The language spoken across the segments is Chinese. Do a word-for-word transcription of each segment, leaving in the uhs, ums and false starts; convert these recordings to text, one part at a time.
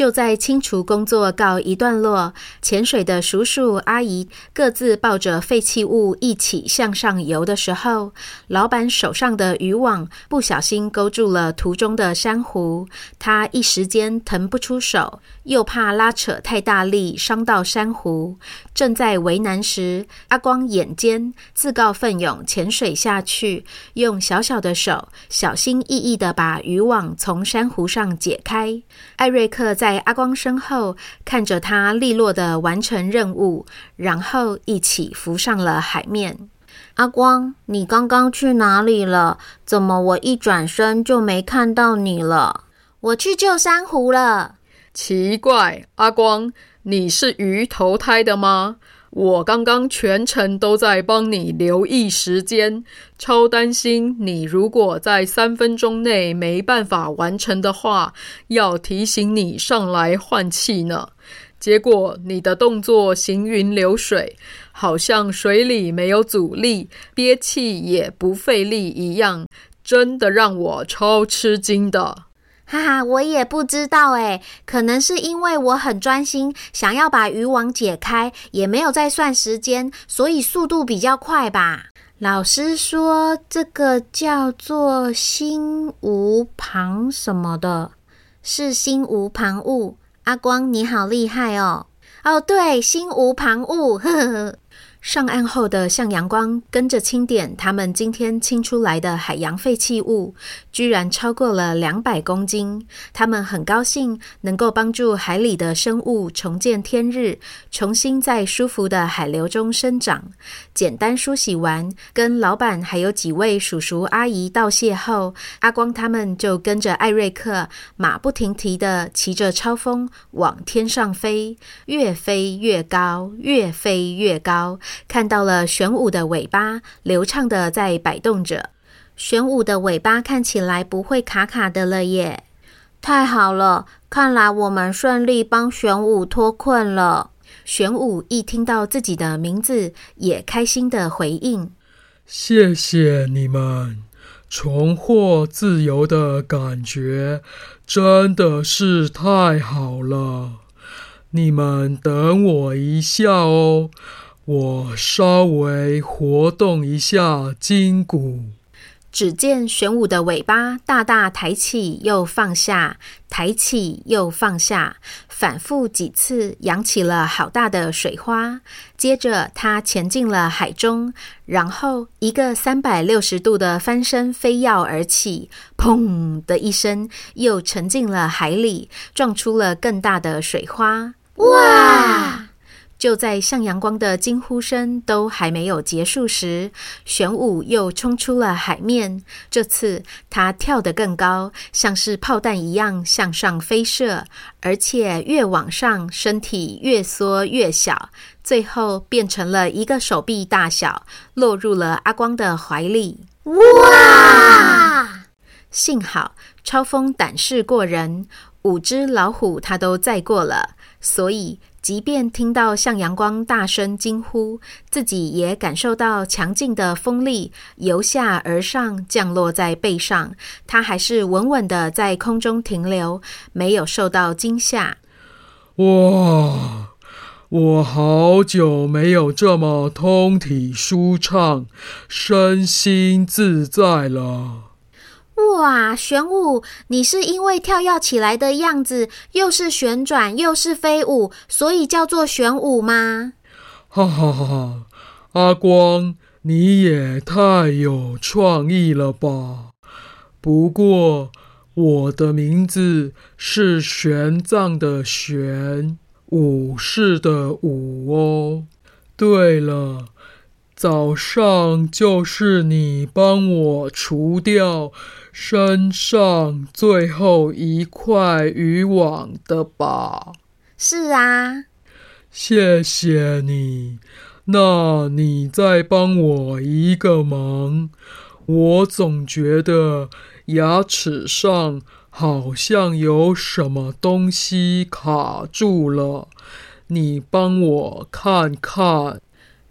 就在清除工作告一段落，潜水的叔叔阿姨各自抱着废弃物一起向上游的时候，老板手上的渔网不小心勾住了途中的珊瑚，他一时间腾不出手，又怕拉扯太大力伤到珊瑚，正在为难时，阿光眼尖，自告奋勇潜水下去，用小小的手小心翼翼地把渔网从珊瑚上解开。艾瑞克在阿光身后看着他利落地完成任务，然后一起浮上了海面。 阿光，你刚刚去哪里了？怎么我一转身就没看到你了？我去救珊瑚了。 奇怪，阿光，你是鱼投胎的吗？我刚刚全程都在帮你留意时间，超担心你如果在三分钟内没办法完成的话，要提醒你上来换气呢。结果你的动作行云流水，好像水里没有阻力，憋气也不费力一样，真的让我超吃惊的。 哈哈，我也不知道诶，可能是因为我很专心，想要把渔网解开，也没有在算时间，所以速度比较快吧。老师说这个叫做心无旁什么的，是心无旁骛。阿光，你好厉害哦！哦，对，心无旁骛，呵呵呵。上岸后的向阳光跟着清点他们今天清出来的海洋废弃物，居然超过了两百公斤。他们很高兴能够帮助海里的生物重见天日，重新在舒服的海流中生长。简单梳洗完，跟老板还有几位叔叔阿姨道谢后，阿光他们就跟着艾瑞克马不停蹄地骑着超风往天上飞，越飞越高，越飞越高，看到了玄武的尾巴流畅地在摆动着。玄武的尾巴看起来不会卡卡的了耶！太好了，看来我们顺利帮玄武脱困了。玄武一听到自己的名字，也开心地回应： 谢谢你们，重获自由的感觉真的是太好了。你们等我一下哦，我稍微活动一下筋骨。 只见玄武的尾巴大大抬起又放下，抬起又放下，反复几次扬起了好大的水花。接着它潜进了海中，然后一个三百六十度的翻身飞跃而起，砰的一声又沉进了海里，撞出了更大的水花。哇！就在向阳光的惊呼声都还没有结束时，玄武又冲出了海面。这次他跳得更高，像是炮弹一样向上飞射，而且越往上身体越缩越小，最后变成了一个手臂大小，落入了阿光的怀里。哇！幸好超风胆识过人，五只老虎他都载过了，所以即便听到向阳光大声惊呼，自己也感受到强劲的风力由下而上降落在背上，他还是稳稳的在空中停留，没有受到惊吓。 哇，我好久没有这么通体舒畅，身心自在了。 哇，玄武，你是因为跳跃起来的样子又是旋转又是飞舞，所以叫做玄武吗？ 哈哈哈哈！阿光，你也太有创意了吧！不过我的名字是玄奘的玄，武士的武哦。对了，早上就是你帮我除掉身上最后一块渔网的吧？ 是啊。 谢谢你。那你再帮我一个忙，我总觉得牙齿上好像有什么东西卡住了，你帮我看看。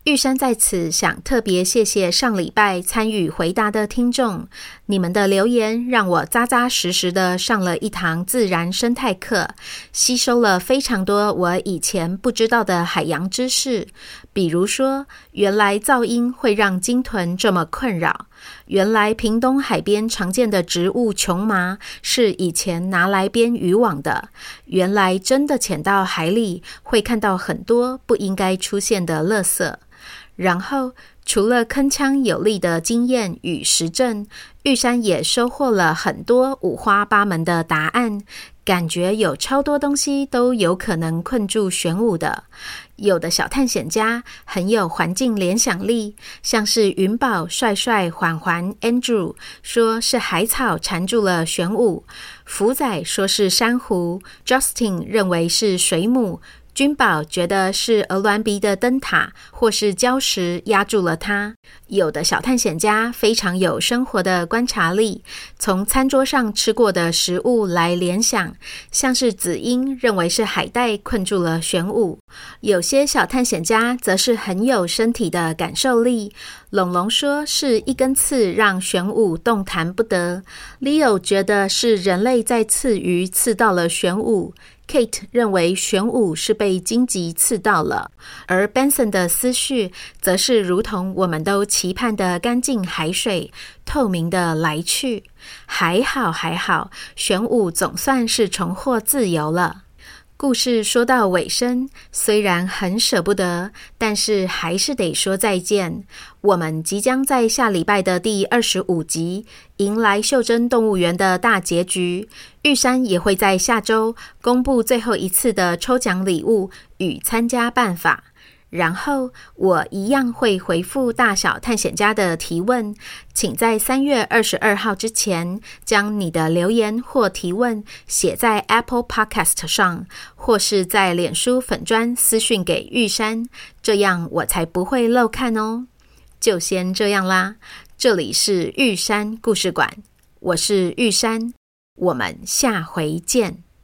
玉山在此想特别谢谢上礼拜参与回答的听众，你们的留言让我扎扎实实的上了一堂自然生态课，吸收了非常多我以前不知道的海洋知识，比如说原来噪音会让鲸豚这么困扰，原来屏东海边常见的植物琼麻是以前拿来编渔网的，原来真的潜到海里会看到很多不应该出现的垃圾。然后除了铿锵有力的经验与实证，玉山也收获了很多五花八门的答案，感觉有超多东西都有可能困住玄武的。有的小探险家很有环境联想力，像是云宝、帅帅、缓缓、Andrew 说是海草缠住了玄武，福仔说是珊瑚， Justin 认为是水母，君宝觉得是鹅銮鼻的灯塔或是礁石压住了它。有的小探险家非常有生活的观察力，从餐桌上吃过的食物来联想，像是子英认为是海带困住了玄武。有些小探险家则是很有身体的感受力，龙龙说是一根刺让玄武动弹不得， Leo 觉得是人类在刺鱼刺到了玄武， Kate 认为玄武是被荆棘刺到了，而 Benson 的思绪则是如同我们都期盼的干净海水，透明的来去。还好还好，玄武总算是重获自由了。故事说到尾声，虽然很舍不得，但是还是得说再见。我们即将在下礼拜的第二十五集迎来袖珍动物园的大结局，玉山也会在下周公布最后一次的抽奖礼物与参加办法。然后我一样会回复大小探险家的提问，请在三月二十二号之前将你的留言或提问写在 Apple Podcast 上，或是在脸书粉专私讯给玉山，这样我才不会漏看哦。就先这样啦，这里是玉山故事馆，我是玉山，我们下回见。